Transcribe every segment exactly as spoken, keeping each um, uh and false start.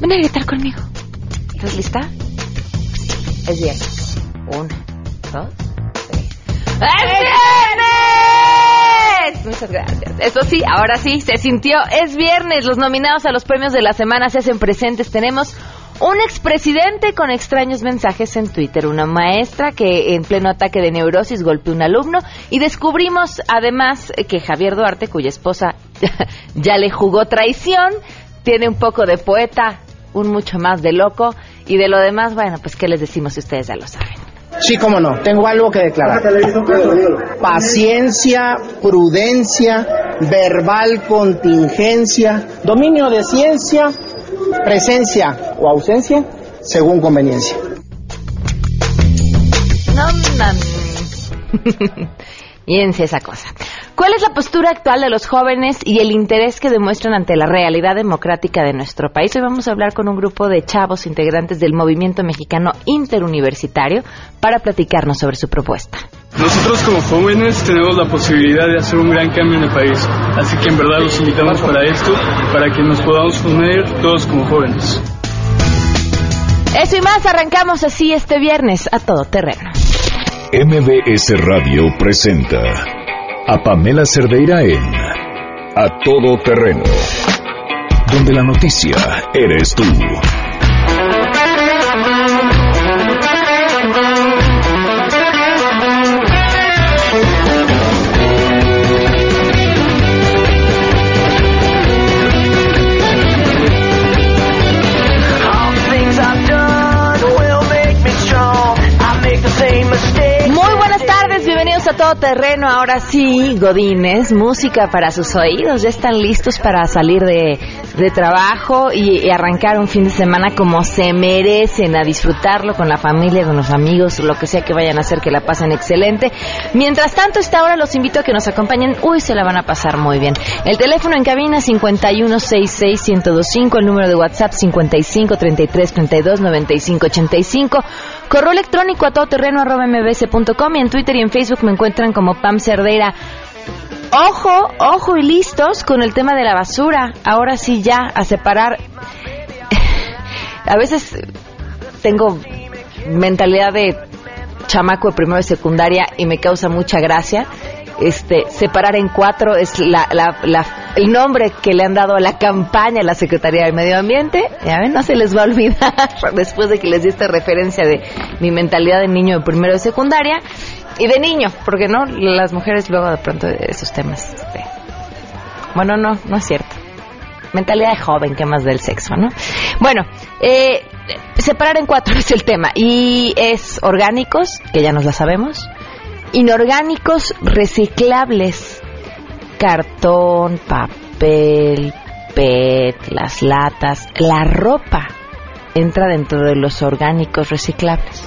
Ven a gritar conmigo. ¿Estás lista? Es viernes. Una, dos, tres. ¡Es viernes! Muchas gracias. Eso sí, ahora sí, se sintió. Es viernes. Los nominados a los premios de la semana se hacen presentes. Tenemos un expresidente con extraños mensajes en Twitter, una maestra que en pleno ataque de neurosis golpeó a un alumno, y descubrimos además que Javier Duarte, cuya esposa ya le jugó traición, tiene un poco de poeta, un mucho más de loco, y de lo demás, bueno, pues qué les decimos si ustedes ya lo saben. Sí, cómo no, tengo algo que declarar. Paciencia, prudencia, verbal contingencia, dominio de ciencia, presencia o ausencia, según conveniencia. No mames. Fíjense esa cosa. ¿Cuál es la postura actual de los jóvenes y el interés que demuestran ante la realidad democrática de nuestro país? Hoy vamos a hablar con un grupo de chavos integrantes del Movimiento Mexicano Interuniversitario para platicarnos sobre su propuesta. Nosotros como jóvenes tenemos la posibilidad de hacer un gran cambio en el país, así que en verdad los invitamos para esto, para que nos podamos unir todos como jóvenes. Eso y más, arrancamos así este viernes a todo terreno. M B S Radio presenta a Pamela Cerdeira en A Todo Terreno, donde la noticia eres tú. A todo terreno, ahora sí, godines, música para sus oídos, ya están listos para salir de, de trabajo y, y arrancar un fin de semana como se merecen, a disfrutarlo con la familia, con los amigos, lo que sea que vayan a hacer, que la pasen excelente. Mientras tanto, esta hora los invito a que nos acompañen, uy, se la van a pasar muy bien. El teléfono en cabina cincuenta y uno sesenta y seis, ciento veinticinco, el número de WhatsApp cincuenta y cinco, treinta y tres, treinta y dos, noventa y cinco, ochenta y cinco, correo electrónico a todoterreno arroba mbs punto com, y en Twitter y en Facebook me encuentran como Pam Cerdeira. Ojo, ojo y listos con el tema de la basura. Ahora sí, ya a separar. A veces tengo mentalidad de chamaco de primero de secundaria y me causa mucha gracia. Este, separar en cuatro es la, la, la, el nombre que le han dado a la campaña a la Secretaría del Medio Ambiente. Ya ven, no se les va a olvidar después de que les di esta referencia de mi mentalidad de niño de primero de secundaria y de niño, porque no, las mujeres luego de pronto de esos temas. Este, bueno, no, no es cierto. Mentalidad de joven, que más del sexo, ¿no? Bueno, eh, separar en cuatro es el tema, y es orgánicos, que ya nos la sabemos, inorgánicos, reciclables, cartón, papel, P E T, las latas, la ropa entra dentro de los orgánicos reciclables.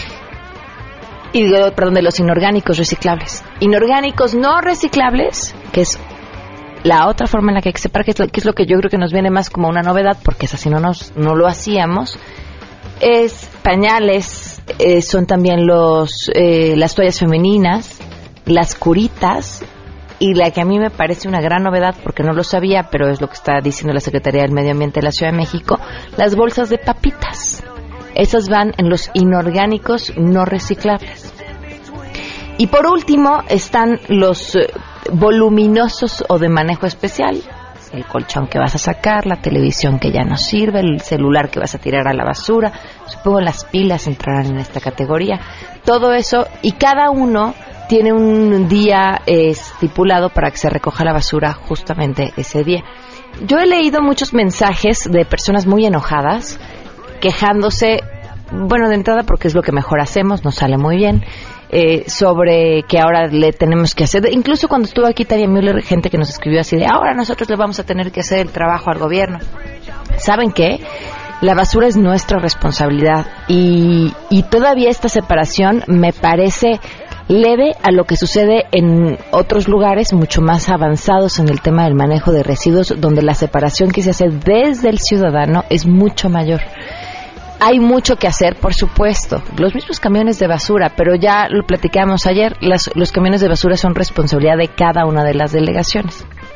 Y digo, perdón, de los inorgánicos reciclables. Inorgánicos no reciclables, que es la otra forma en la que hay que separar, que es lo que, es lo que yo creo que nos viene más como una novedad, porque es así, no, nos, no lo hacíamos, es pañales, eh, son también los eh, las toallas femeninas, las curitas, y la que a mí me parece una gran novedad, porque no lo sabía, pero es lo que está diciendo la Secretaría del Medio Ambiente de la Ciudad de México, las bolsas de papitas. Esas van en los inorgánicos no reciclables. Y por último están los eh, voluminosos o de manejo especial. El colchón que vas a sacar, la televisión que ya no sirve, el celular que vas a tirar a la basura. Supongo las pilas entrarán en esta categoría. Todo eso, y cada uno tiene un día eh, estipulado para que se recoja la basura justamente ese día. Yo he leído muchos mensajes de personas muy enojadas, quejándose, bueno, de entrada porque es lo que mejor hacemos, nos sale muy bien, eh, sobre que ahora le tenemos que hacer, incluso cuando estuvo aquí Tania Müller, gente que nos escribió así de, ahora nosotros le vamos a tener que hacer el trabajo al gobierno. ¿Saben qué? La basura es nuestra responsabilidad, y, y todavía esta separación me parece leve a lo que sucede en otros lugares mucho más avanzados en el tema del manejo de residuos, donde la separación que se hace desde el ciudadano es mucho mayor. Hay mucho que hacer, por supuesto. Los mismos camiones de basura, pero ya lo platicamos ayer, las, los camiones de basura son responsabilidad de cada una de las delegaciones.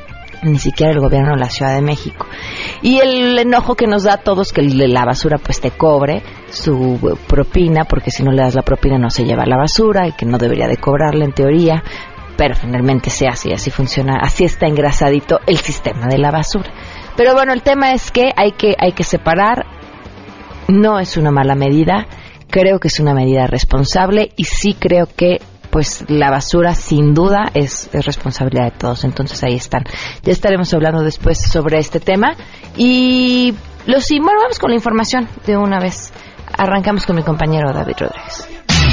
ni siquiera el gobierno de la Ciudad de México. Y el enojo que nos da a todos que la basura pues te cobre su propina, porque si no le das la propina no se lleva la basura y que no debería de cobrarla en teoría, pero finalmente se hace y así funciona, así está engrasadito el sistema de la basura. Pero bueno, el tema es que hay que hay que separar. No es una mala medida, creo que es una medida responsable y sí creo que pues la basura sin duda es, es responsabilidad de todos. Entonces ahí están. Ya estaremos hablando después sobre este tema. Y los bueno, vamos con la información de una vez. Arrancamos con mi compañero David Rodríguez.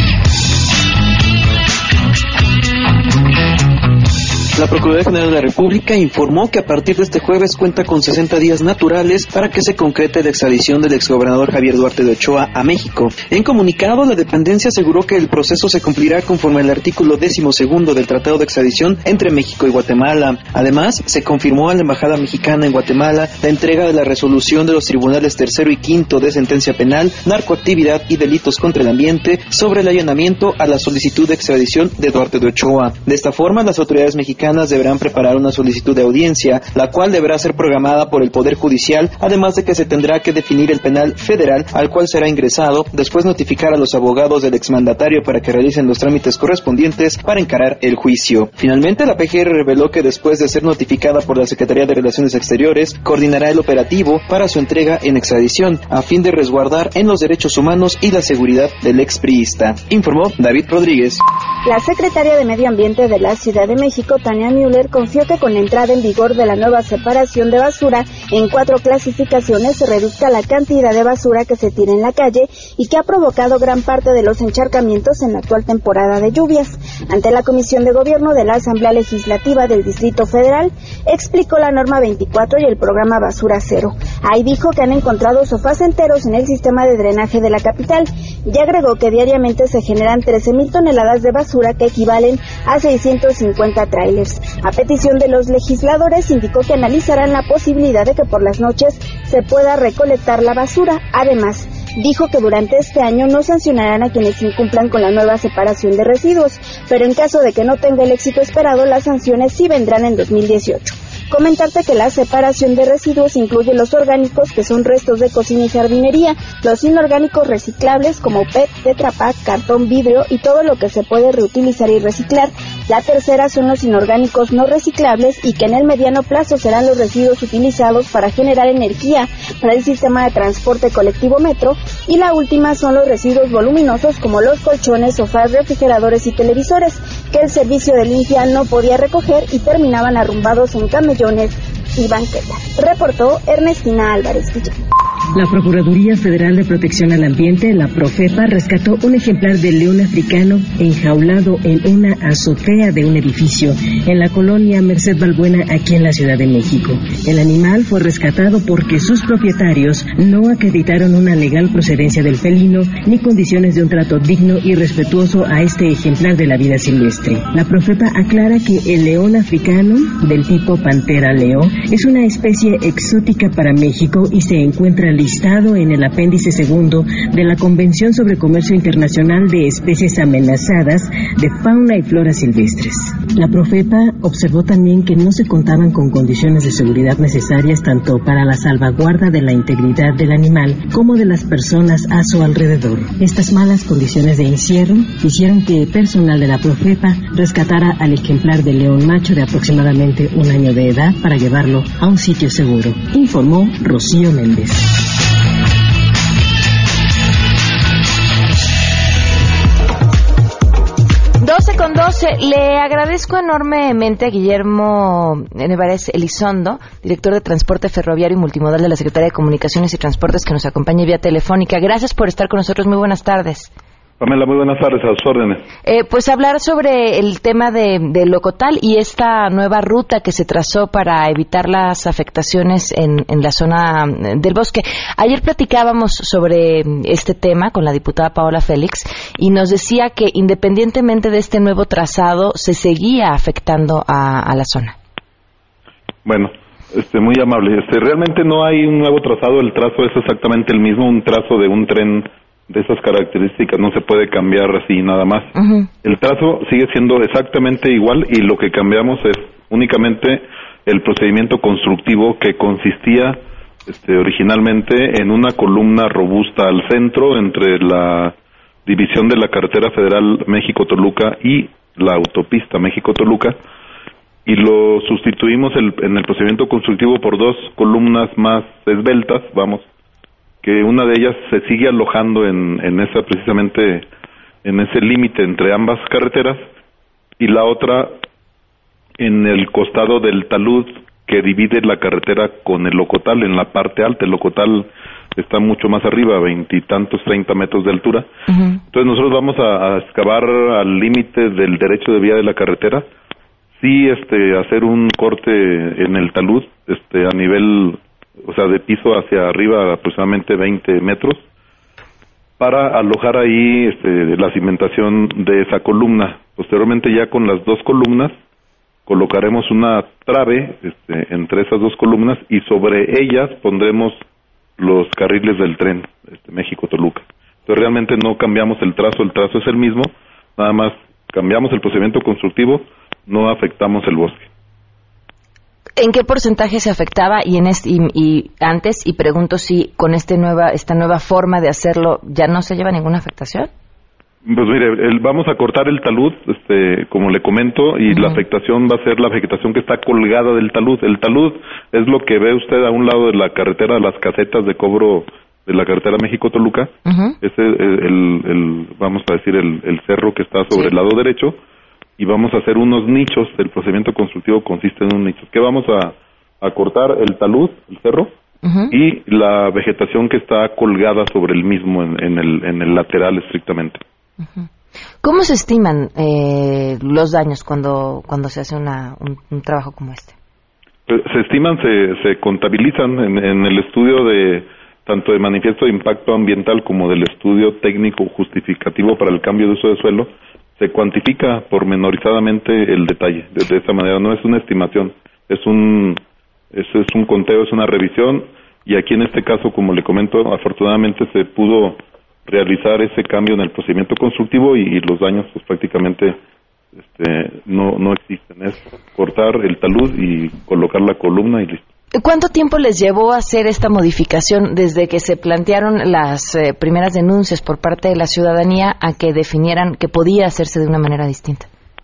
La Procuraduría General de la República informó que a partir de este jueves cuenta con sesenta días naturales para que se concrete la extradición del exgobernador Javier Duarte de Ochoa a México. En comunicado, la dependencia aseguró que el proceso se cumplirá conforme al artículo decimosegundo del Tratado de Extradición entre México y Guatemala. Además, se confirmó a la Embajada Mexicana en Guatemala la entrega de la resolución de los tribunales tercero y quinto de sentencia penal, narcoactividad y delitos contra el ambiente sobre el allanamiento a la solicitud de extradición de Duarte de Ochoa. De esta forma, las autoridades mexicanas deberán preparar una solicitud de audiencia, la cual deberá ser programada por el Poder Judicial, además de que se tendrá que definir el penal federal al cual será ingresado, después notificar a los abogados del exmandatario para que realicen los trámites correspondientes para encarar el juicio. Finalmente, la P G R reveló que después de ser notificada por la Secretaría de Relaciones Exteriores, coordinará el operativo para su entrega en extradición, a fin de resguardar en los derechos humanos y la seguridad del expriista. Informó David Rodríguez. La secretaria de Medio Ambiente de la Ciudad de México, Tania Müller, confió que con la entrada en vigor de la nueva separación de basura en cuatro clasificaciones se reduzca la cantidad de basura que se tira en la calle y que ha provocado gran parte de los encharcamientos en la actual temporada de lluvias. Ante la Comisión de Gobierno de la Asamblea Legislativa del Distrito Federal, explicó la norma veinticuatro y el programa Basura Cero. Ahí dijo que han encontrado sofás enteros en el sistema de drenaje de la capital y agregó que diariamente se generan trece mil toneladas de basura que equivalen a seiscientos cincuenta trailers. A petición de los legisladores, indicó que analizarán la posibilidad de que por las noches se pueda recolectar la basura. Además, dijo que durante este año no sancionarán a quienes incumplan con la nueva separación de residuos, pero en caso de que no tenga el éxito esperado, las sanciones sí vendrán en dos mil dieciocho. Comentarte que la separación de residuos incluye los orgánicos, que son restos de cocina y jardinería, los inorgánicos reciclables como P E T, Tetra Pak, cartón, vidrio y todo lo que se puede reutilizar y reciclar. La tercera son los inorgánicos no reciclables y que en el mediano plazo serán los residuos utilizados para generar energía para el sistema de transporte colectivo metro. Y la última son los residuos voluminosos como los colchones, sofás, refrigeradores y televisores, que el servicio de limpia no podía recoger y terminaban arrumbados en camellones y banquetas. Reportó Ernestina Álvarez Guillén. La Procuraduría Federal de Protección al Ambiente, la Profepa, rescató un ejemplar de león africano enjaulado en una azotea de un edificio en la colonia Merced Balbuena, aquí en la Ciudad de México. El animal fue rescatado porque sus propietarios no acreditaron una legal procedencia del felino ni condiciones de un trato digno y respetuoso a este ejemplar de la vida silvestre. La Profepa aclara que el león africano del tipo Pantera leo es una especie exótica para México y se encuentra listado en el apéndice segundo de la Convención sobre Comercio Internacional de Especies Amenazadas de Fauna y Flora Silvestres. La Profepa observó también que no se contaban con condiciones de seguridad necesarias tanto para la salvaguarda de la integridad del animal como de las personas a su alrededor. Estas malas condiciones de encierro hicieron que personal de la Profepa rescatara al ejemplar de león macho de aproximadamente un año de edad para llevarlo a un sitio seguro, informó Rocío Méndez. doce con doce, le agradezco enormemente a Guillermo Nevares Elizondo, director de Transporte Ferroviario y Multimodal de la Secretaría de Comunicaciones y Transportes, que nos acompaña vía telefónica. Gracias por estar con nosotros, muy buenas tardes. Pamela, muy buenas tardes, a sus órdenes. Eh, pues hablar sobre el tema de, de Locotal y esta nueva ruta que se trazó para evitar las afectaciones en, en la zona del bosque. Ayer platicábamos sobre este tema con la diputada Paola Félix y nos decía que independientemente de este nuevo trazado se seguía afectando a, a la zona. Bueno, este, muy amable. Este, realmente no hay un nuevo trazado, el trazo es exactamente el mismo, un trazo de un tren de esas características no se puede cambiar así nada más. Uh-huh. El trazo sigue siendo exactamente igual y lo que cambiamos es únicamente el procedimiento constructivo, que consistía este, originalmente en una columna robusta al centro entre la división de la carretera federal México-Toluca y la autopista México-Toluca, y lo sustituimos el, en el procedimiento constructivo por dos columnas más esbeltas, vamos, que una de ellas se sigue alojando en, en esa precisamente en ese límite entre ambas carreteras, y la otra en el costado del talud que divide la carretera con el locotal en la parte alta. El locotal está mucho más arriba, veintitantos, treinta metros de altura. Uh-huh. Entonces nosotros vamos a, a excavar al límite del derecho de vía de la carretera, sí este hacer un corte en el talud este a nivel, o sea, de piso hacia arriba aproximadamente veinte metros, para alojar ahí este, la cimentación de esa columna. Posteriormente, ya con las dos columnas, colocaremos una trave este, entre esas dos columnas, y sobre ellas pondremos los carriles del tren este, México-Toluca. Entonces realmente no cambiamos el trazo, el trazo es el mismo, nada más cambiamos el procedimiento constructivo, no afectamos el bosque. ¿En qué porcentaje se afectaba y en este, y, y antes? Y pregunto si con este nueva esta nueva forma de hacerlo ya no se lleva ninguna afectación. Pues mire, el, vamos a cortar el talud, este, como le comento, y uh-huh. la afectación va a ser la vegetación que está colgada del talud. El talud es lo que ve usted a un lado de la carretera, las casetas de cobro de la carretera México-Toluca. Uh-huh. Ese es el, el, el, vamos a decir, el, el cerro que está sobre sí. el lado derecho, y vamos a hacer unos nichos. El procedimiento constructivo consiste en unos nichos. ¿Qué vamos a, a cortar? El talud, el cerro, uh-huh. y la vegetación que está colgada sobre el mismo en, en, el, en el lateral estrictamente. Uh-huh. ¿Cómo se estiman eh, los daños cuando cuando se hace una, un, un trabajo como este? Se estiman, se, se contabilizan en, en el estudio de tanto de manifiesto de impacto ambiental como del estudio técnico justificativo para el cambio de uso de suelo. Se cuantifica pormenorizadamente el detalle. De, de esa manera no es una estimación, es un es, es un conteo, es una revisión, y aquí en este caso, como le comento, afortunadamente se pudo realizar ese cambio en el procedimiento constructivo, y, y los daños pues prácticamente este, no, no existen. Es cortar el talud y colocar la columna y listo. ¿Cuánto tiempo les llevó hacer esta modificación desde que se plantearon las eh, primeras denuncias por parte de la ciudadanía a que definieran que podía hacerse de una manera distinta?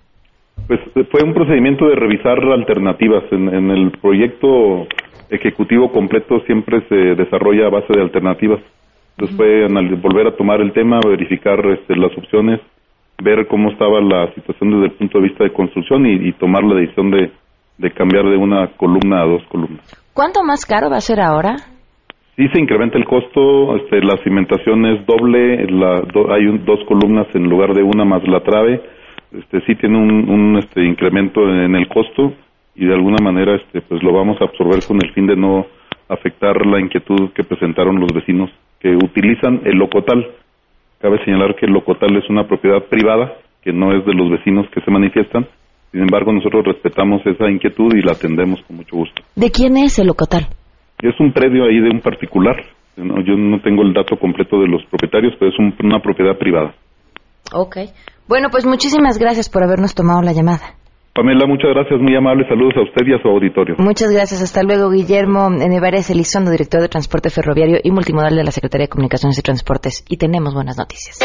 Pues fue un procedimiento de revisar alternativas. En, en el proyecto ejecutivo completo siempre se desarrolla a base de alternativas. Entonces fue anal- volver a tomar el tema, verificar este, las opciones, ver cómo estaba la situación desde el punto de vista de construcción y, y tomar la decisión de, de cambiar de una columna a dos columnas. ¿Cuánto más caro va a ser ahora? Sí, se incrementa el costo, este, la cimentación es doble, la, do, hay un, dos columnas en lugar de una más la trave, este, sí tiene un, un este, incremento en el costo, y de alguna manera este, pues lo vamos a absorber con el fin de no afectar la inquietud que presentaron los vecinos que utilizan el locotal. Cabe señalar que el locotal es una propiedad privada, que no es de los vecinos que se manifiestan. Sin embargo, nosotros respetamos esa inquietud y la atendemos con mucho gusto. ¿De quién es el locotal? Es un predio ahí de un particular. No, yo no tengo el dato completo de los propietarios, pero es un, una propiedad privada. Ok. Bueno, pues muchísimas gracias por habernos tomado la llamada. Pamela, muchas gracias, muy amable, saludos a usted y a su auditorio. Muchas gracias, hasta luego. Guillermo Nevares Elizondo, director de Transporte Ferroviario y Multimodal de la Secretaría de Comunicaciones y Transportes. Y tenemos buenas noticias.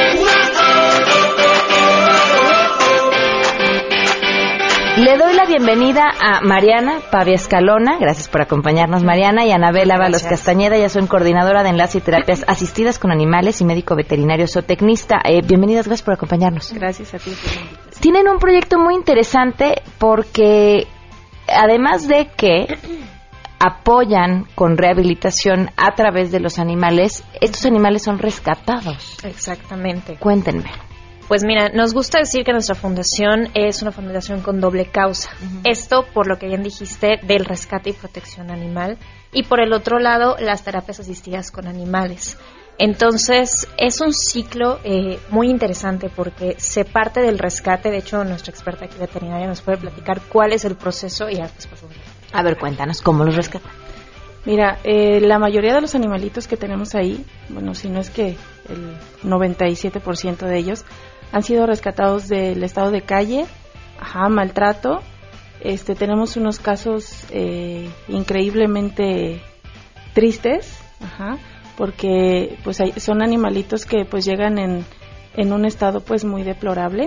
Le doy la bienvenida a Mariana Pavia Escalona, gracias por acompañarnos, Mariana, y a Anabel Ábalos Castañeda, ya son coordinadora de enlace y terapias asistidas con animales y médico veterinario zootecnista. Eh, bienvenidas, gracias por acompañarnos. Gracias a ti por la invitación. Tienen un proyecto muy interesante porque, además de que apoyan con rehabilitación a través de los animales, estos animales son rescatados. Exactamente. Cuéntenme. Pues mira, nos gusta decir que nuestra fundación es una fundación con doble causa. Uh-huh. Esto, por lo que bien dijiste, del rescate y protección animal. Y por el otro lado, las terapias asistidas con animales. Entonces, es un ciclo eh, muy interesante porque se parte del rescate. De hecho, nuestra experta aquí veterinaria nos puede platicar cuál es el proceso y ya después pasamos. A ver, cuéntanos, ¿cómo los rescatan? Mira, eh, la mayoría de los animalitos que tenemos ahí, bueno, si no es que el noventa y siete por ciento de ellos han sido rescatados del estado de calle, ajá, maltrato, Este, tenemos unos casos eh, increíblemente tristes, ajá, porque pues hay, son animalitos que pues llegan en, en un estado pues muy deplorable,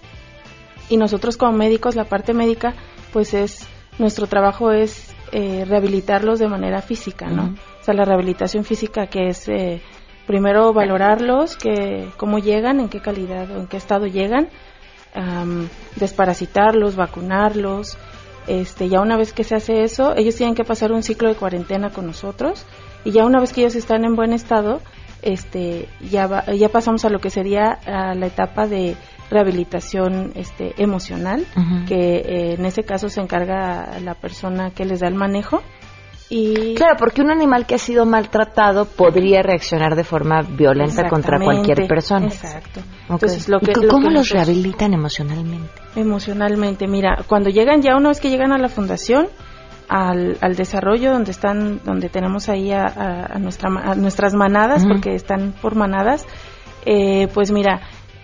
y nosotros como médicos, la parte médica, pues es, nuestro trabajo es eh, rehabilitarlos de manera física, ¿no? Uh-huh. O sea, la rehabilitación física, que es eh, primero valorarlos, que cómo llegan, en qué calidad o en qué estado llegan, um, desparasitarlos, vacunarlos. Este, ya una vez que se hace eso, ellos tienen que pasar un ciclo de cuarentena con nosotros, y ya una vez que ellos están en buen estado, este, ya va, ya pasamos a lo que sería a la etapa de rehabilitación este, emocional, uh-huh. que eh, en ese caso se encarga la persona que les da el manejo. Y claro, porque un animal que ha sido maltratado podría reaccionar de forma violenta contra cualquier persona. Exacto. Okay. Entonces, lo que, ¿Y cómo lo que los nosotros, rehabilitan emocionalmente? Emocionalmente, mira, cuando llegan ya, una vez que llegan a la fundación, al, al desarrollo donde están, donde tenemos ahí a, a, a, nuestra, a nuestras manadas, uh-huh. porque están por manadas, eh, pues mira,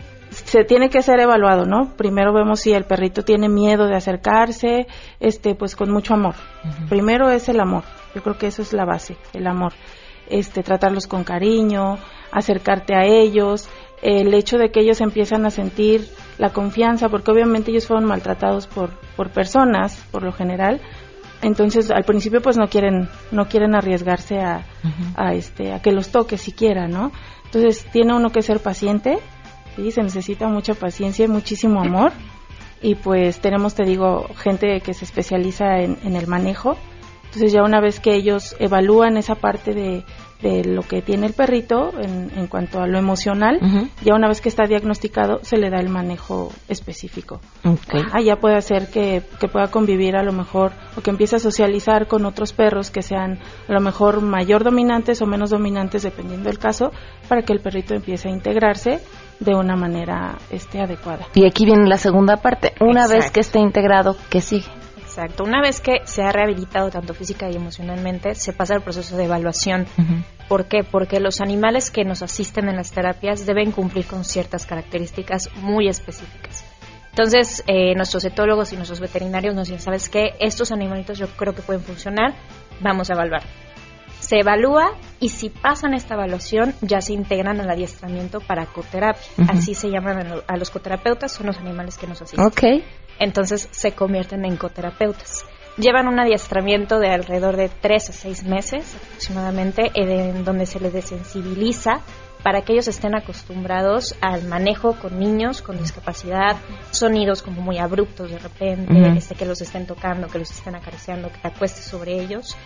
se tiene que ser evaluado, ¿no? Primero vemos si el perrito tiene miedo de acercarse, este, pues con mucho amor. Uh-huh. Primero es el amor. Yo creo que eso es la base, el amor. Este, tratarlos con cariño, acercarte a ellos, el hecho de que ellos empiezan a sentir la confianza, porque obviamente ellos fueron maltratados por por personas, por lo general. Entonces, al principio pues no quieren no quieren arriesgarse a uh-huh. a este a que los toque siquiera, ¿no? Entonces, tiene uno que ser paciente. Sí, se necesita mucha paciencia y muchísimo amor, y pues tenemos, te digo, gente que se especializa en, en el manejo. Entonces ya una vez que ellos evalúan esa parte de, de lo que tiene el perrito en, en cuanto a lo emocional, uh-huh. ya una vez que está diagnosticado se le da el manejo específico. Okay. Ah, ya puede hacer que, que pueda convivir a lo mejor, o que empiece a socializar con otros perros que sean a lo mejor mayor dominantes o menos dominantes, dependiendo del caso, para que el perrito empiece a integrarse de una manera este adecuada. Y aquí viene la segunda parte. Una Exacto. vez que esté integrado, ¿qué sigue? Exacto. Una vez que se ha rehabilitado tanto física y emocionalmente, se pasa al proceso de evaluación. Uh-huh. ¿Por qué? Porque los animales que nos asisten en las terapias deben cumplir con ciertas características muy específicas. Entonces, eh, nuestros etólogos y nuestros veterinarios nos dicen, ¿sabes qué? Estos animalitos yo creo que pueden funcionar, vamos a evaluar. Se evalúa, y si pasan esta evaluación ya se integran al adiestramiento para coterapia. Uh-huh. Así se llaman a los coterapeutas, son los animales que nos asisten. Okay. Entonces se convierten en coterapeutas. Llevan un adiestramiento de alrededor de tres a seis meses aproximadamente, en donde se les desensibiliza para que ellos estén acostumbrados al manejo con niños con discapacidad, sonidos como muy abruptos de repente, uh-huh. este, que los estén tocando, que los estén acariciando, que te acuestes sobre ellos.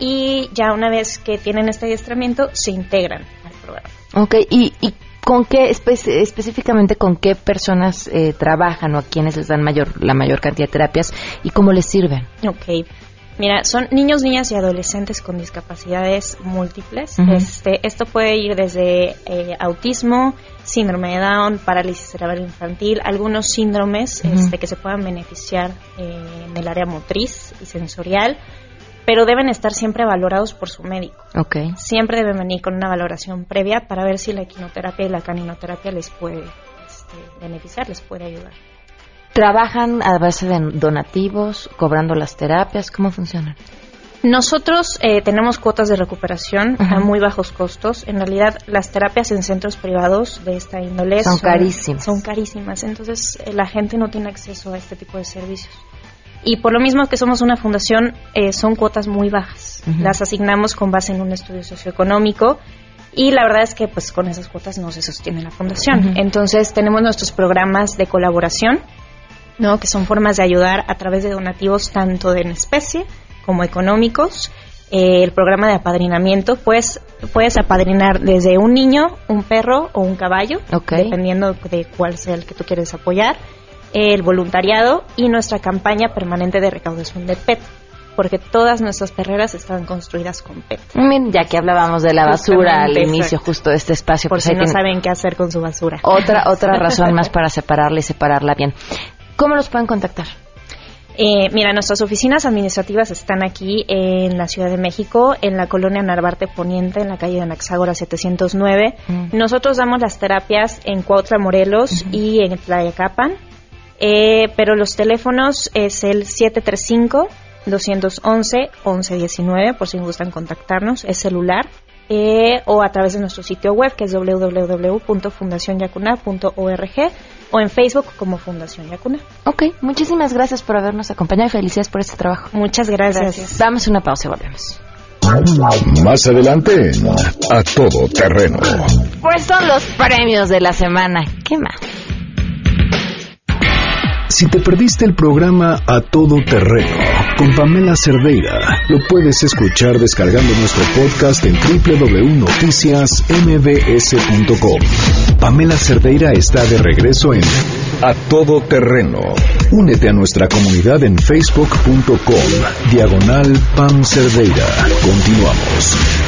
Y ya una vez que tienen este adiestramiento, se integran al programa. Ok, ¿y, y con qué, espe- específicamente con qué personas eh, trabajan, o a quienes les dan mayor la mayor cantidad de terapias, y cómo les sirven? Ok, mira, son niños, niñas y adolescentes con discapacidades múltiples. Uh-huh. Este, esto puede ir desde eh, autismo, síndrome de Down, parálisis cerebral infantil, algunos síndromes uh-huh. este, que se puedan beneficiar eh, en el área motriz y sensorial, pero deben estar siempre valorados por su médico. Okay. Siempre deben venir con una valoración previa para ver si la equinoterapia y la caninoterapia les puede este, beneficiar, les puede ayudar. ¿Trabajan a base de donativos, cobrando las terapias? ¿Cómo funcionan? Nosotros eh, tenemos cuotas de recuperación uh-huh. a muy bajos costos. En realidad, las terapias en centros privados de esta índole son, son carísimas. Son carísimas, entonces eh, la gente no tiene acceso a este tipo de servicios. Y por lo mismo que somos una fundación, eh, son cuotas muy bajas. Uh-huh. Las asignamos con base en un estudio socioeconómico, y la verdad es que pues con esas cuotas no se sostiene la fundación. Uh-huh. Entonces tenemos nuestros programas de colaboración, ¿no? Que son formas de ayudar a través de donativos tanto de en especie como económicos. Eh, el programa de apadrinamiento, pues puedes apadrinar desde un niño, un perro o un caballo, okay. dependiendo de cuál sea el que tú quieres apoyar. El voluntariado y nuestra campaña permanente de recaudación de P E T, porque todas nuestras perreras están construidas con P E T. Miren, ya que hablábamos de la basura al inicio, exacto. justo de este espacio. Por pues si no tiene... saben qué hacer con su basura. Otra, otra razón más para separarla y separarla bien. ¿Cómo los pueden contactar? Eh, mira, nuestras oficinas administrativas están aquí en la Ciudad de México, en la colonia Narvarte Poniente, en la calle de Anaxágora setecientos nueve. Uh-huh. Nosotros damos las terapias en Cuautla, Morelos uh-huh. y en Tlayacapan. Eh, pero los teléfonos es el siete tres cinco, dos once, once diecinueve, por si gustan contactarnos, es celular, eh, o a través de nuestro sitio web, que es doble u doble u doble u punto fundación yacuna punto org, o en Facebook como Fundación Yacuna. Ok, muchísimas gracias por habernos acompañado y felicidades por este trabajo. Muchas gracias. gracias. Damos una pausa y volvemos. Más adelante, A Todo Terreno. Pues son los premios de la semana. ¿Qué más? Si te perdiste el programa A Todo Terreno con Pamela Cerdeira, lo puedes escuchar descargando nuestro podcast en doble u doble u doble u punto noticias m b s punto com. Pamela Cerdeira está de regreso en A Todo Terreno. Únete a nuestra comunidad en facebook punto com diagonal Pam Cerdeira. Continuamos.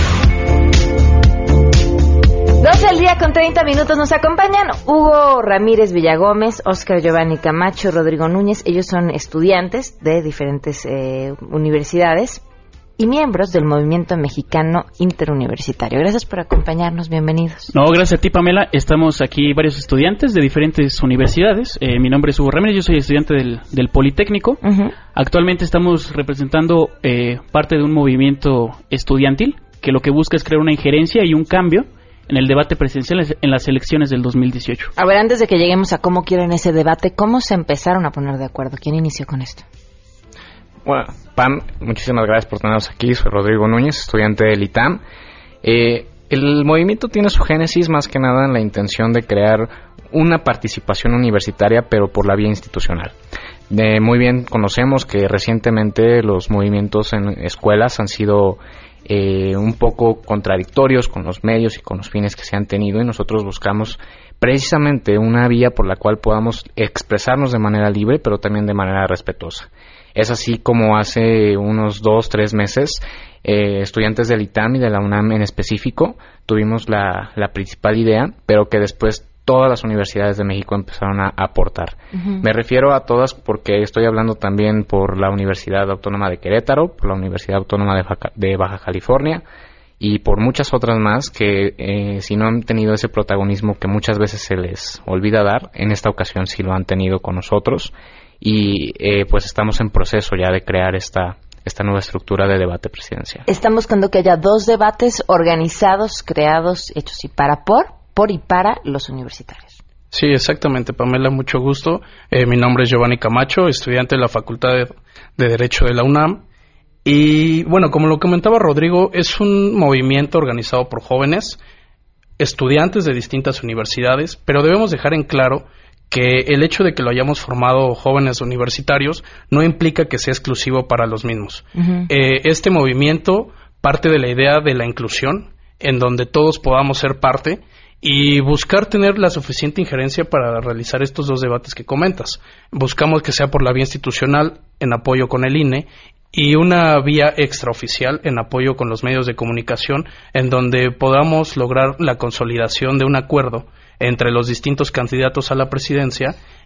doce al día con treinta minutos. Nos acompañan Hugo Ramírez Villagómez, Óscar Giovanni Camacho, Rodrigo Núñez. Ellos son estudiantes de diferentes eh, universidades y miembros del Movimiento Mexicano Interuniversitario. Gracias por acompañarnos, bienvenidos. No, gracias a ti, Pamela. Estamos aquí varios estudiantes de diferentes universidades. Eh, mi nombre es Hugo Ramírez, yo soy estudiante del, del Politécnico. Uh-huh. Actualmente estamos representando eh, parte de un movimiento estudiantil que lo que busca es crear una injerencia y un cambio en el debate presidencial en las elecciones del dos mil dieciocho. A ver, antes de que lleguemos a cómo quieren ese debate, ¿cómo se empezaron a poner de acuerdo? ¿Quién inició con esto? Bueno, Pam, muchísimas gracias por tenernos aquí. Soy Rodrigo Núñez, estudiante del I T A M. Eh, el movimiento tiene su génesis más que nada en la intención de crear una participación universitaria, pero por la vía institucional. Eh, muy bien conocemos que recientemente los movimientos en escuelas han sido Eh, un poco contradictorios con los medios y con los fines que se han tenido, y nosotros buscamos precisamente una vía por la cual podamos expresarnos de manera libre, pero también de manera respetuosa. Es así como hace unos dos, tres meses, eh, estudiantes del I T A M y de la UNAM en específico, tuvimos la, la principal idea, pero que después todas las universidades de México empezaron a aportar. Uh-huh. Me refiero a todas porque estoy hablando también por la Universidad Autónoma de Querétaro, por la Universidad Autónoma de Baja, de Baja California y por muchas otras más que eh, si no han tenido ese protagonismo que muchas veces se les olvida dar, en esta ocasión sí lo han tenido con nosotros y eh, pues estamos en proceso ya de crear esta esta nueva estructura de debate presidencial. Están buscando que haya dos debates organizados, creados, hechos y para por por y para los universitarios. Sí, exactamente, Pamela, mucho gusto. Eh, mi nombre es Giovanni Camacho, estudiante de la Facultad de, de Derecho de la UNAM. Y bueno, como lo comentaba Rodrigo, es un movimiento organizado por jóvenes, estudiantes de distintas universidades, pero debemos dejar en claro que el hecho de que lo hayamos formado jóvenes universitarios no implica que sea exclusivo para los mismos. Uh-huh. Eh, este movimiento parte de la idea de la inclusión, en donde todos podamos ser parte y buscar tener la suficiente injerencia para realizar estos dos debates que comentas. Buscamos que sea por la vía institucional, en apoyo con el I N E, y una vía extraoficial, en apoyo con los medios de comunicación, en donde podamos lograr la consolidación de un acuerdo entre los distintos candidatos a la presidencia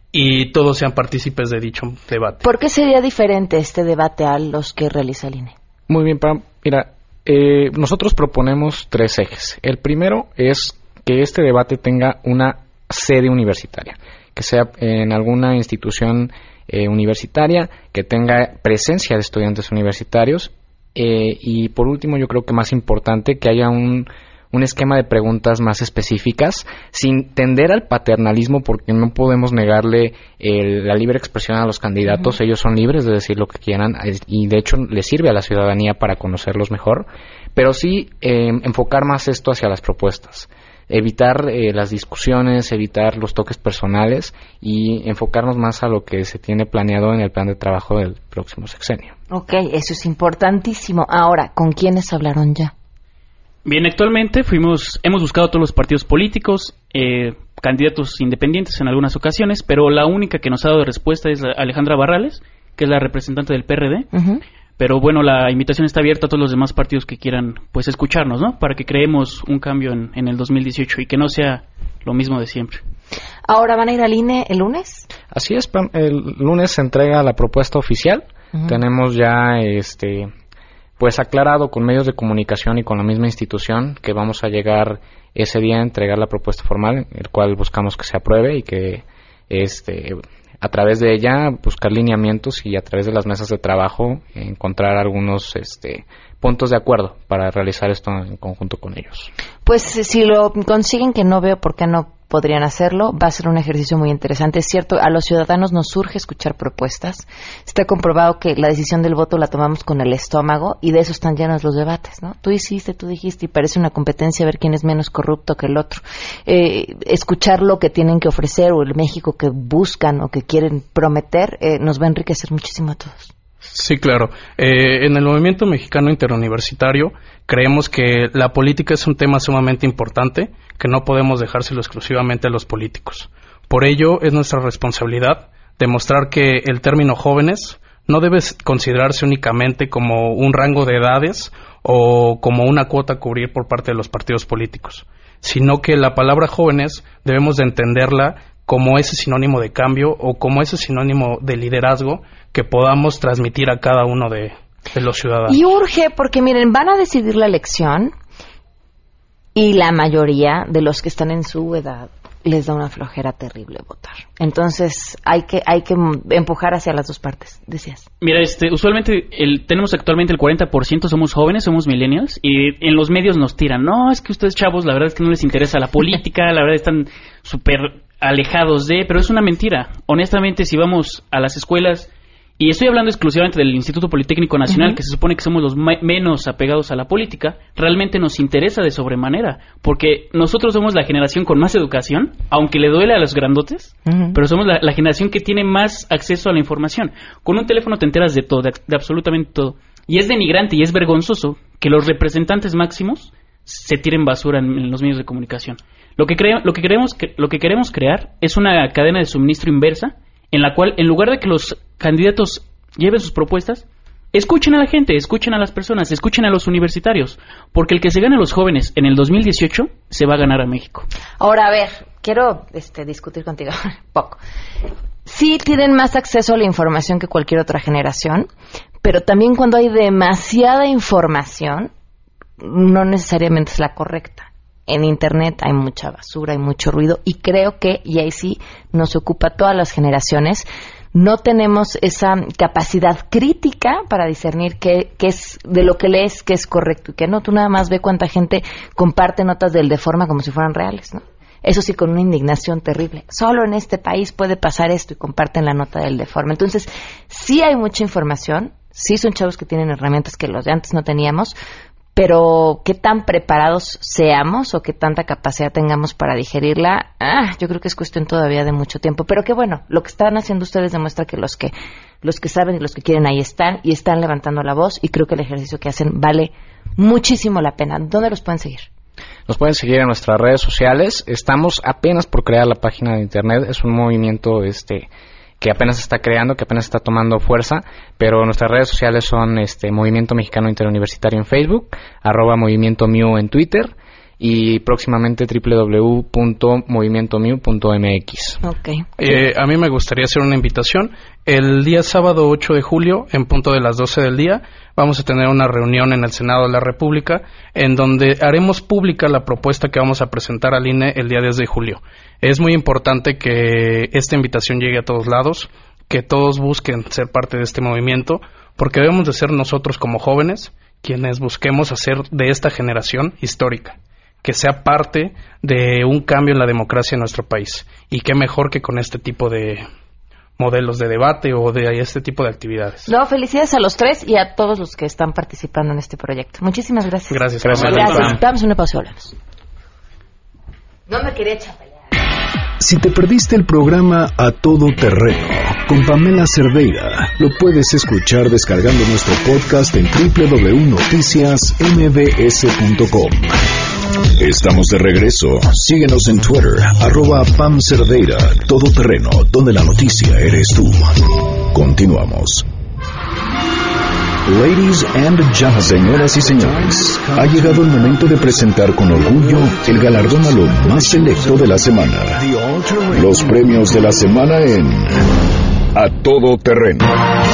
y todos sean partícipes de dicho debate. ¿Por qué sería diferente este debate a los que realiza el I N E? Muy bien, Pam. Mira, eh, nosotros proponemos tres ejes. El primero es que este debate tenga una sede universitaria, que sea en alguna institución eh, universitaria, que tenga presencia de estudiantes universitarios eh, y por último, yo creo que más importante, que haya un, un esquema de preguntas más específicas, sin tender al paternalismo, porque no podemos negarle el, la libre expresión a los candidatos. Uh-huh. Ellos son libres de decir lo que quieran y de hecho les sirve a la ciudadanía para conocerlos mejor, pero sí eh, enfocar más esto hacia las propuestas. Evitar eh, las discusiones, evitar los toques personales y enfocarnos más a lo que se tiene planeado en el plan de trabajo del próximo sexenio. Ok, eso es importantísimo. Ahora, ¿con quiénes hablaron ya? Bien, actualmente fuimos, hemos buscado a todos los partidos políticos, eh, candidatos independientes en algunas ocasiones, pero la única que nos ha dado respuesta es Alejandra Barrales, que es la representante del P R D. Uh-huh. Pero bueno, la invitación está abierta a todos los demás partidos que quieran pues escucharnos, ¿no? Para que creemos un cambio en, en el dos mil dieciocho y que no sea lo mismo de siempre. ¿Ahora van a ir al I N E el lunes? Así es, el lunes se entrega la propuesta oficial. Uh-huh. Tenemos ya este pues aclarado con medios de comunicación y con la misma institución que vamos a llegar ese día a entregar la propuesta formal, el cual buscamos que se apruebe y que este a través de ella buscar lineamientos y a través de las mesas de trabajo encontrar algunos este, puntos de acuerdo para realizar esto en conjunto con ellos. Pues si lo consiguen, que no veo por qué no podrían hacerlo, va a ser un ejercicio muy interesante. Es cierto, a los ciudadanos nos surge escuchar propuestas. Está comprobado que la decisión del voto la tomamos con el estómago y de eso están llenos los debates, ¿no? Tú hiciste, tú dijiste y parece una competencia a ver quién es menos corrupto que el otro. Eh, escuchar lo que tienen que ofrecer o el México que buscan o que quieren prometer eh, nos va a enriquecer muchísimo a todos. Sí, claro. Eh, en el Movimiento Mexicano Interuniversitario creemos que la política es un tema sumamente importante, que no podemos dejárselo exclusivamente a los políticos. Por ello, es nuestra responsabilidad demostrar que el término jóvenes no debe considerarse únicamente como un rango de edades o como una cuota a cubrir por parte de los partidos políticos, sino que la palabra jóvenes debemos de entenderla como ese sinónimo de cambio o como ese sinónimo de liderazgo que podamos transmitir a cada uno de, de los ciudadanos. Y urge, porque miren, van a decidir la elección y la mayoría de los que están en su edad les da una flojera terrible votar. Entonces hay que hay que empujar hacia las dos partes, decías. Mira, este, usualmente el, tenemos actualmente el cuarenta por ciento somos jóvenes, somos millennials, y en los medios nos tiran, no, es que ustedes chavos, la verdad es que no les interesa la política, la verdad están súper alejados de, pero es una mentira. Honestamente, si vamos a las escuelas, y estoy hablando exclusivamente del Instituto Politécnico Nacional, uh-huh. que se supone que somos los me- menos apegados a la política, realmente nos interesa de sobremanera, porque nosotros somos la generación con más educación, aunque le duele a los grandotes, uh-huh. pero somos la, la generación que tiene más acceso a la información. Con un teléfono te enteras de todo, de, de absolutamente todo. Y es denigrante y es vergonzoso que los representantes máximos se tiren basura en, en los medios de comunicación. Lo que, cre- lo, que queremos, que, lo que queremos crear es una cadena de suministro inversa, en la cual, en lugar de que los candidatos lleven sus propuestas, escuchen a la gente, escuchen a las personas, escuchen a los universitarios, porque el que se gane a los jóvenes en el dos mil dieciocho se va a ganar a México. Ahora, a ver, quiero este, discutir contigo poco. Sí tienen más acceso a la información que cualquier otra generación, pero también cuando hay demasiada información, no necesariamente es la correcta. En Internet hay mucha basura, hay mucho ruido y creo que, y ahí sí nos ocupa a todas las generaciones, no tenemos esa capacidad crítica para discernir qué, qué es de lo que lees, qué es correcto y qué no. Tú nada más ve cuánta gente comparte notas del Deforma como si fueran reales, ¿no? Eso sí, con una indignación terrible. Solo en este país puede pasar esto y comparten la nota del Deforma. Entonces, sí hay mucha información, sí son chavos que tienen herramientas que los de antes no teníamos, pero qué tan preparados seamos o qué tanta capacidad tengamos para digerirla, ah, yo creo que es cuestión todavía de mucho tiempo. Pero qué bueno, lo que están haciendo ustedes demuestra que los que los que saben y los que quieren ahí están y están levantando la voz y creo que el ejercicio que hacen vale muchísimo la pena. ¿Dónde los pueden seguir? Nos pueden seguir en nuestras redes sociales. Estamos apenas por crear la página de internet. Es un movimiento este que apenas se está creando, que apenas está tomando fuerza, pero nuestras redes sociales son este Movimiento Mexicano Interuniversitario en Facebook, arroba Movimiento Miu en Twitter y próximamente doble u doble u doble u punto movimiento miu punto m x. Okay. Eh, a mí me gustaría hacer una invitación. El día sábado ocho de julio, en punto de las doce del día, vamos a tener una reunión en el Senado de la República en donde haremos pública la propuesta que vamos a presentar al I N E el día diez de julio. Es muy importante que esta invitación llegue a todos lados, que todos busquen ser parte de este movimiento, porque debemos de ser nosotros como jóvenes quienes busquemos hacer de esta generación histórica, que sea parte de un cambio en la democracia en nuestro país. Y qué mejor que con este tipo de modelos de debate o de este tipo de actividades. No, felicidades a los tres y a todos los que están participando en este proyecto. Muchísimas gracias. Gracias. Gracias. gracias. Damos una pausa, hablamos. No me quería chapalear. Si te perdiste el programa A Todo Terreno con Pamela Cerdeira, lo puedes escuchar descargando nuestro podcast en doble u doble u doble u punto noticias m b s punto com. Estamos de regreso. Síguenos en Twitter, arroba Pam Cerdeira, Todo Terreno, donde la noticia eres tú. Continuamos. Ladies and gentlemen, señoras y señores, ha llegado el momento de presentar con orgullo el galardón a lo más selecto de la semana. Los premios de la semana en A Todo Terreno.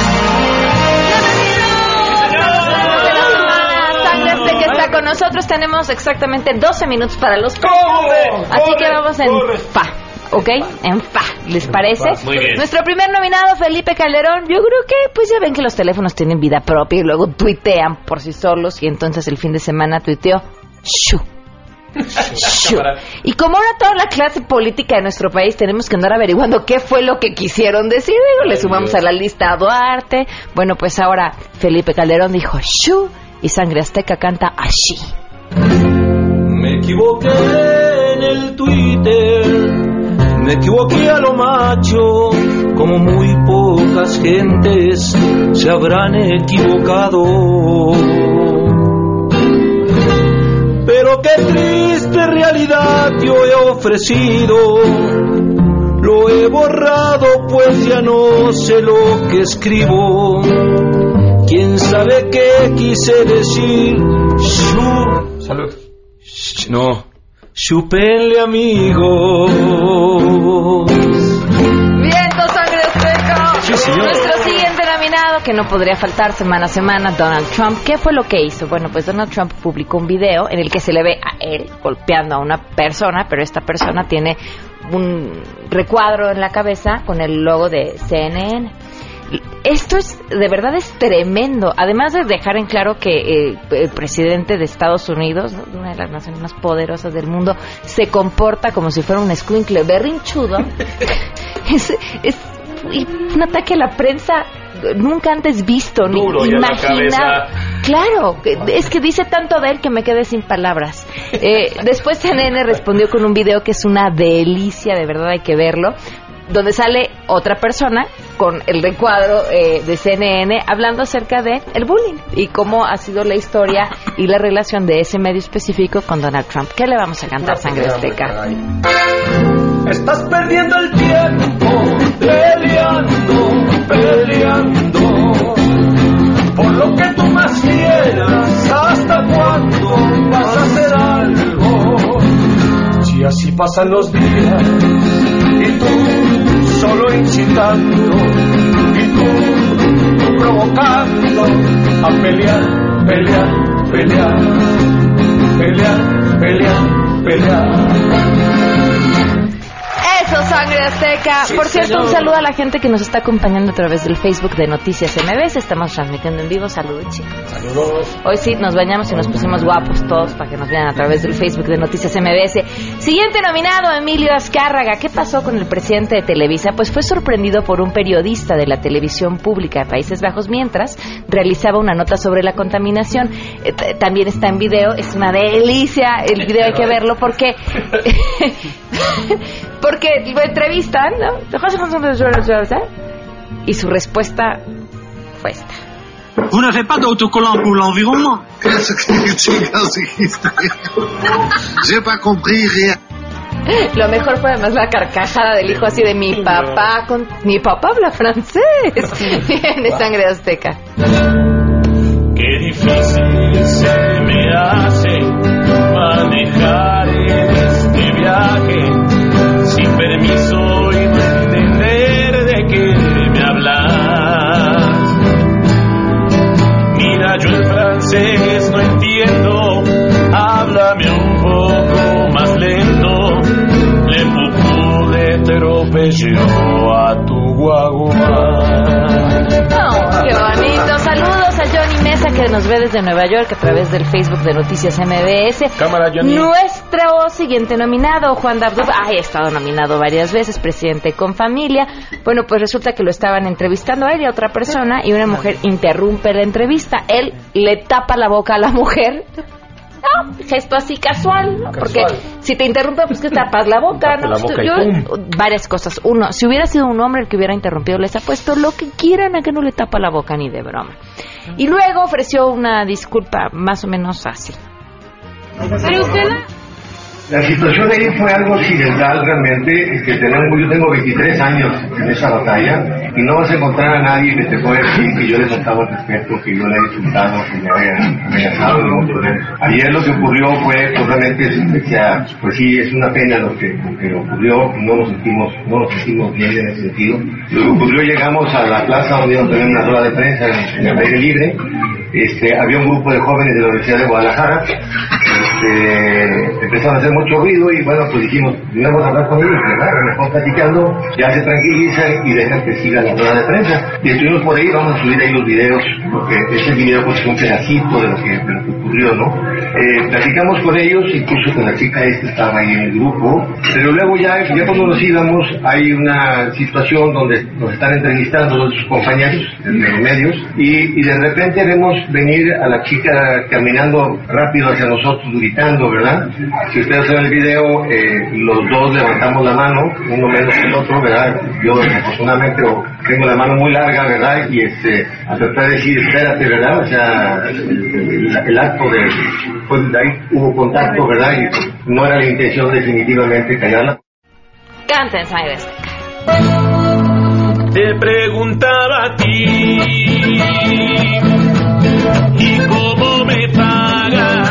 Con nosotros tenemos exactamente doce minutos para los... ¡Corre! Así corre, que vamos en... corre. Pa. ¿ok? En fa, ¿les parece? Muy bien. Nuestro primer nominado, Felipe Calderón, yo creo que, pues ya ven que los teléfonos tienen vida propia y luego tuitean por sí solos, y entonces el fin de semana tuiteó, ¡shu! ¡Shu! Y como ahora toda la clase política de nuestro país tenemos que andar averiguando qué fue lo que quisieron decir, digo, le sumamos a la lista a Duarte, bueno, pues ahora Felipe Calderón dijo, ¡shu! Y Sangre Azteca canta así. Me equivoqué en el Twitter, me equivoqué a lo macho, como muy pocas gentes se habrán equivocado. Pero qué triste realidad yo he ofrecido, lo he borrado pues ya no sé lo que escribo. ¿Quién sabe qué quise decir? Shu. Salud. No. Chúpenle, amigos. ¡Viento, Sangre Azteca! Sí, señor. Nuestro siguiente nominado, que no podría faltar semana a semana, Donald Trump. ¿Qué fue lo que hizo? Bueno, pues Donald Trump publicó un video en el que se le ve a él golpeando a una persona, pero esta persona tiene un recuadro en la cabeza con el logo de C N N. Esto es, de verdad es tremendo, además de dejar en claro que eh, el presidente de Estados Unidos, ¿no?, una de las naciones más poderosas del mundo, se comporta como si fuera un escuincle berrinchudo. es, es un ataque a la prensa nunca antes visto, ni imaginado. Claro, es que dice tanto de él que me quedé sin palabras. Eh, después C N N respondió con un video que es una delicia, de verdad hay que verlo, donde sale otra persona con el recuadro eh, de C N N hablando acerca de el bullying y cómo ha sido la historia y la relación de ese medio específico con Donald Trump. ¿Qué le vamos a cantar, Sangre Azteca? Estás perdiendo el tiempo peleando, peleando por lo que tú más quieras. ¿Hasta cuándo vas a hacer algo? Si así pasan los días y tú solo incitando y tú, tú provocando a pelear, pelear, pelear, pelear, pelear, pelear. Eso, Sangre Azteca. Sí, Por cierto, señor. un saludo a la gente que nos está acompañando a través del Facebook de Noticias M B S. Estamos transmitiendo en vivo. Saludos, chicos. Saludos. Hoy sí nos bañamos y nos pusimos guapos todos para que nos vean a través del Facebook de Noticias M B S. Siguiente nominado, Emilio Azcárraga. ¿Qué pasó con el presidente de Televisa? Pues fue sorprendido por un periodista de la televisión pública de Países Bajos mientras realizaba una nota sobre la contaminación. Eh, t- también está en video. Es una delicia el video, hay que verlo porque porque lo entrevistan, ¿no? Y su respuesta fue esta. Vous n'avez pas d'autocollant pour l'environnement? Qu'est-ce que chingados dijiste? J'ai pas compris rien. Lo mejor fue además la carcajada del hijo así de mi papá con mi papá habla francés. Bien, de Sangre Azteca. Qué difícil se me hace manejar en este viaje sin permiso y no entender de qué me hablas. Mira, yo el francés no entiendo, háblame un poco más lento. Le beaucoup de tropello a tu guagua. Oh, qué bonito. Saludos a Johnny Mesa, que nos ve desde Nueva York a través del Facebook de Noticias M B S. Cámara, Johnny. Nuestro siguiente nominado, Juan Dabdub, ay, ha estado nominado varias veces, presidente con familia. Bueno, pues resulta que lo estaban entrevistando a él y a otra persona y una mujer interrumpe la entrevista. Él le tapa la boca a la mujer. No, gesto así casual, ¿no? Porque si te interrumpe, pues que tapas la boca, ¿no? La boca y Yo, pum. varias cosas. Uno, si hubiera sido un hombre el que hubiera interrumpido, les ha puesto lo que quieran a que no le tapa la boca ni de broma. Y luego ofreció una disculpa más o menos así. Pero usted la... La situación ahí fue algo accidental realmente, que tenemos, yo tengo veintitrés años en esa batalla y no vas a encontrar a nadie que te pueda decir que yo le faltaba el respeto, que yo le he insultado, que me había amenazado de un problema. Ayer lo que ocurrió fue totalmente, o sea, pues sí, es una pena lo que, lo que ocurrió, no nos sentimos, no nos sentimos bien en ese sentido. Lo que ocurrió, llegamos a la plaza donde íbamos a tener una rueda de prensa en el aire libre. Este, había un grupo de jóvenes de la Universidad de Guadalajara. este, empezaron a hacer mucho ruido y bueno, pues dijimos, vamos a hablar con ellos, ¿verdad? A lo mejor platicando, ya se tranquilizan y dejan que siga la rueda de prensa. Y estuvimos por ahí, vamos a subir ahí los videos, porque ese video pues es un pedacito de lo que, de lo que ocurrió, ¿no? Eh, platicamos con ellos, incluso con la chica esta estaba ahí en el grupo, pero luego ya, ya cuando nos íbamos, hay una situación donde nos están entrevistando los compañeros de los medios y, y de repente vemos venir a la chica caminando rápido hacia nosotros, gritando, ¿verdad? Si ustedes ven el video, eh, los dos levantamos la mano, uno menos que el otro, ¿verdad? Yo desafortunadamente tengo la mano muy larga, ¿verdad? Y este, a tratar de decir, espérate, ¿verdad? O sea, el, el acto de, pues ahí hubo contacto, ¿verdad? Y no era la intención definitivamente callarla. Canten Sangre Azteca. Te preguntaba a ti, ¿y cómo me pagas?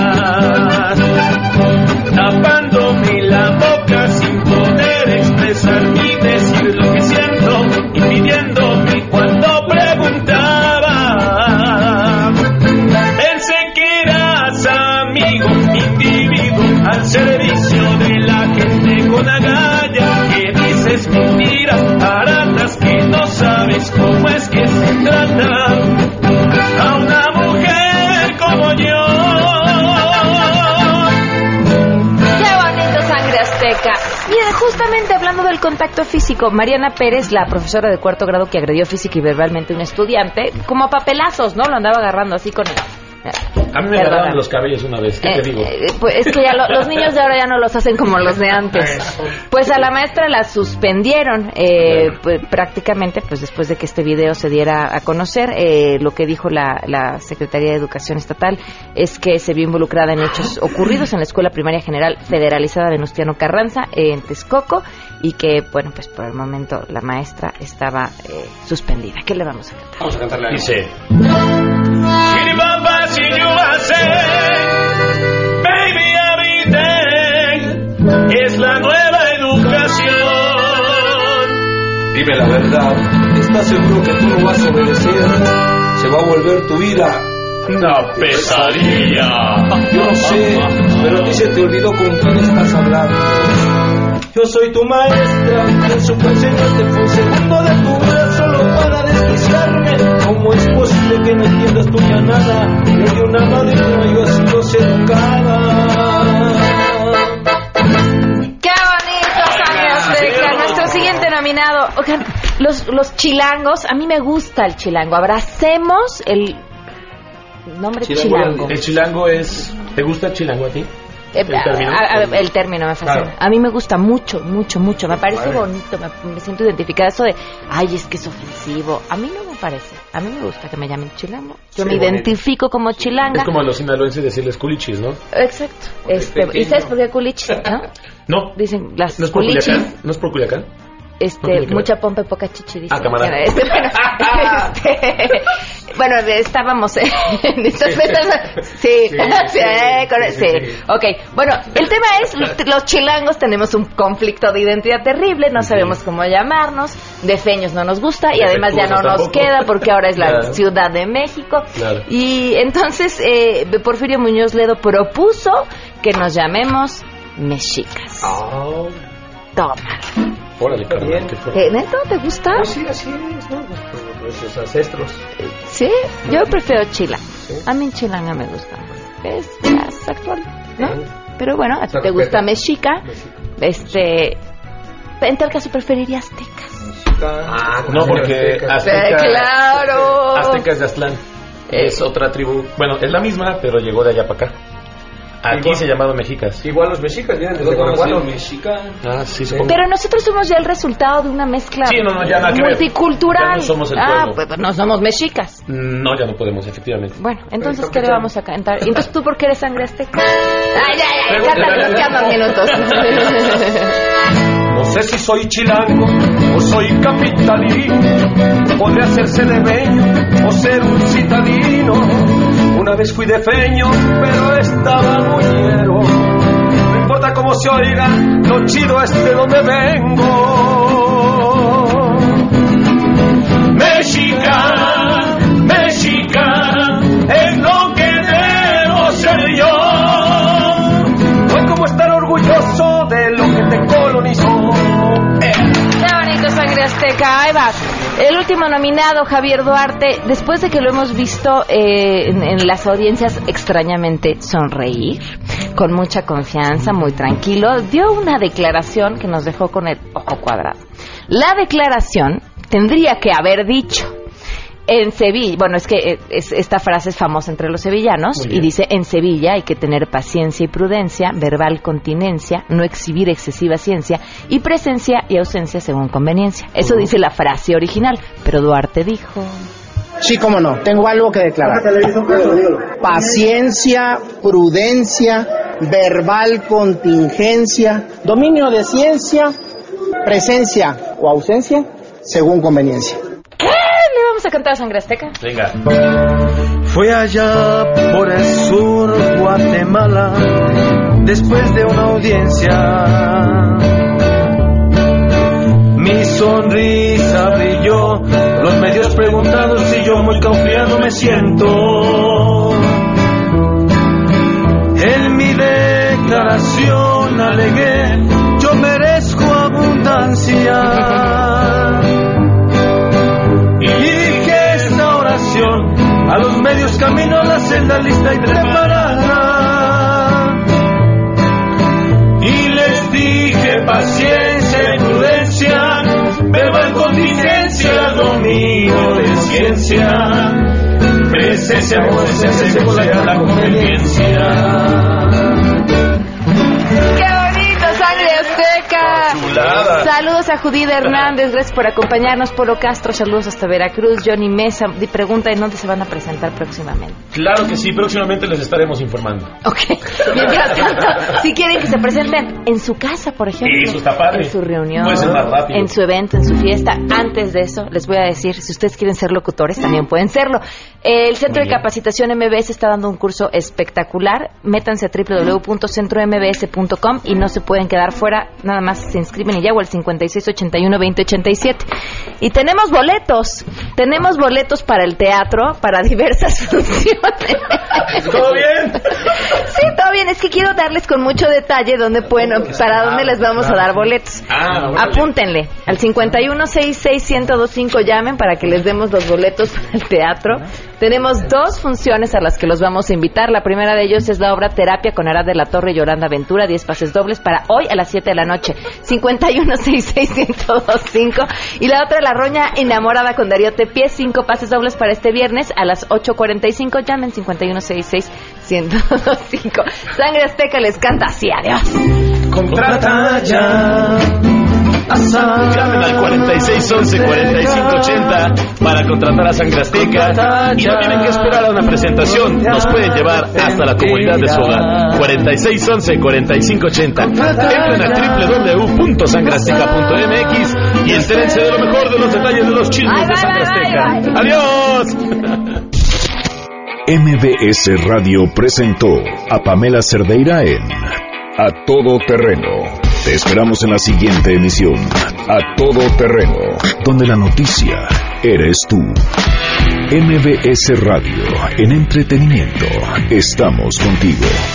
Tapándome la boca sin poder expresar ni decir lo que siento y pidiéndome cuando preguntaba. Pensé que eras amigo, individuo al servicio de la gente con agallas, que dices mentiras baratas que no sabes cómo es que se trata a una mujer como yo. Qué bonito Sangre Azteca. Mira, justamente hablando del contacto físico, Mariana Pérez, la profesora de cuarto grado que agredió física y verbalmente a un estudiante, como a papelazos, ¿no? Lo andaba agarrando así con... A mí me agarraron los cabellos una vez, ¿qué eh, te digo? Eh, pues es que ya lo, los niños de ahora ya no los hacen como los de antes. Pues a la maestra la suspendieron eh, pues, prácticamente pues después de que este video se diera a conocer. Eh, lo que dijo la, la Secretaría de Educación Estatal es que se vio involucrada en hechos ocurridos en la Escuela Primaria General Federalizada Venustiano Carranza en Texcoco y que, bueno, pues por el momento la maestra estaba eh, suspendida. ¿Qué le vamos a cantar? Vamos a cantarle a Dice... Baby, every day es la nueva educación. Dime la verdad, ¿estás seguro que tú no vas a obedecer? Se va a volver tu vida una pesadilla. Yo no sé, pero a ti se te olvidó con quién estás hablando. Yo soy tu maestra, quien supo enseñarte fue un segundo de tu vida solo para despreciarme. ¿Cómo es posible que no entiendas tú ya nada? Le di una madre y no yo he sido educada. ¡Qué bonito, Sangre Azteca! Nuestro siguiente nominado. Oigan, los, los chilangos, a mí me gusta el chilango. Abracemos el nombre chilango. chilango. El chilango es... ¿Te gusta el chilango a ti? ¿El término? A, a, el término me fascina. Claro. A mí me gusta mucho, mucho, mucho. Me parece vale. bonito, me, me siento identificada. Eso de, ay, es que es ofensivo. A mí no me parece. A mí me gusta que me llamen chilango. Yo sí, me bonito. identifico como chilanga. Es como a los sinaloenses decirles culichis, ¿no? Exacto. Este, ¿Y sabes por qué culichis? ¿No? No. Dicen las ¿No es por culichis. Culiacán? ¿No es por Culiacán? Este, no mucha pompa y poca chichi, dice. Ah, camarada. Este, bueno, este, bueno, estábamos en estas fiestas. Sí, sí, sí, sí, sí. Ok, bueno, el tema es, los chilangos tenemos un conflicto de identidad terrible, no sabemos cómo llamarnos, de feños no nos gusta y además ya no nos queda porque ahora es la claro. Ciudad de México. Claro. Y entonces eh, Porfirio Muñoz Ledo propuso que nos llamemos mexicas. Oh. Toma. Órale, carnal, qué fuerte. ¿Eh, ¿Neto te gusta? Pues sí, así es, ¿no? Nuestros ancestros. Sí, yo prefiero chilanga. ¿Sí? A mí chilanga me gusta. Es más actual, ¿no? ¿Sí? Pero bueno, a ti te gusta mexica. mexica. Este, en tal caso preferiría aztecas. Ah, no, porque azteca, claro. Aztecas de Aztlán. Eh. Es otra tribu. Bueno, es la misma, pero llegó de allá para acá. Aquí igual, se llamaban mexicas. Igual los mexicas vienen de Guanajuato. Ah, sí, sí. Pero nosotros somos ya el resultado de una mezcla sí, no, no, ya nada multicultural. Ya no somos el ah, pues, pues no somos mexicas. No, ya no podemos, efectivamente. Bueno, entonces, ¿qué le vamos a cantar? Entonces, ¿tú por qué eres Sangre Azteca? Ay, ya, ya, cántale, nos quedan minutos. No sé si soy chilango o soy capitalino. Podría ser celebeño o ser un citadino. Una vez fui de feño, pero estaba muñero. No importa cómo se oiga, lo chido es de donde vengo. Mexica, Mexica, es lo que debo ser yo. El último nominado, Javier Duarte, después de que lo hemos visto eh, en, en las audiencias extrañamente sonreír, con mucha confianza, muy tranquilo, dio una declaración que nos dejó con el ojo cuadrado. La declaración tendría que haber dicho: en Sevilla, bueno, es que es, esta frase es famosa entre los sevillanos y dice: en Sevilla hay que tener paciencia y prudencia, verbal continencia, no exhibir excesiva ciencia y presencia y ausencia según conveniencia. Eso uh-huh. dice la frase original, pero Duarte dijo: sí, cómo no, tengo algo que declarar. Paciencia, prudencia, verbal contingencia, dominio de ciencia, presencia o ausencia según conveniencia. ¿Le vamos a cantar a Sangre Azteca? Venga. Fue allá por el sur, Guatemala, después de una audiencia. Mi sonrisa brilló, los medios preguntados y yo muy confiado me siento. En mi declaración alegué, yo merezco abundancia. A los medios camino, la celda lista y preparada. Y les dije paciencia y prudencia, verbal contingencia, dominio de ciencia, presencia, presencia, presencia, la conveniencia. Chulada. Saludos a Judith Hernández, gracias por acompañarnos. Polo Castro, saludos hasta Veracruz. Johnny Mesa pregunta en dónde se van a presentar próximamente. Claro que sí, próximamente les estaremos informando. Ok, mientras tanto, si quieren que se presenten en su casa, por ejemplo, eso está padre. En su reunión, puede ser más rápido. En su evento, en su fiesta. Antes de eso, les voy a decir, si ustedes quieren ser locutores, también pueden serlo. El Centro de Capacitación M B S está dando un curso espectacular. Métanse a doble u doble u doble u punto centro m b s punto com y no se pueden quedar fuera. Nada más se inscriben y ya, o al cincuenta y seis ochenta y uno veinte ochenta y siete. Y tenemos boletos. Tenemos boletos para el teatro, para diversas funciones. ¿Todo bien? Sí, todo bien. Es que quiero darles con mucho detalle dónde pueden, para dónde les vamos a dar boletos. Ah, bueno. Apúntenle. Al cincuenta y uno sesenta y seis ciento veinticinco llamen para que les demos los boletos para el teatro. Tenemos dos funciones a las que los vamos a invitar. La primera de ellos es la obra Terapia con Arad de la Torre y Yolanda Ventura, diez pases dobles para hoy a las siete de la noche. cincuenta y uno sesenta y seis ciento veinticinco. Y la otra, La Roña Enamorada con Darío Tepié, cinco pases dobles para este viernes a las ocho cuarenta y cinco. Llamen cincuenta y uno sesenta y seis ciento veinticinco. Sangre Azteca les canta así. Adiós. Contrata ya. Llamen al cuarenta y seis once cuarenta y cinco ochenta para contratar a Sangre Azteca y no tienen que esperar a una presentación, nos pueden llevar hasta la comodidad de su hogar. Cuarenta y seis once cuarenta y cinco ochenta. Entren a doble u doble u doble u punto sangre azteca punto m x y entérense de lo mejor de los detalles de los chismes de Sangre Azteca. ¡Adiós! M B S Radio presentó a Pamela Cerdeira en A Todo Terreno. Te esperamos en la siguiente emisión, A Todo Terreno, donde la noticia eres tú. M B S Radio, en entretenimiento, estamos contigo.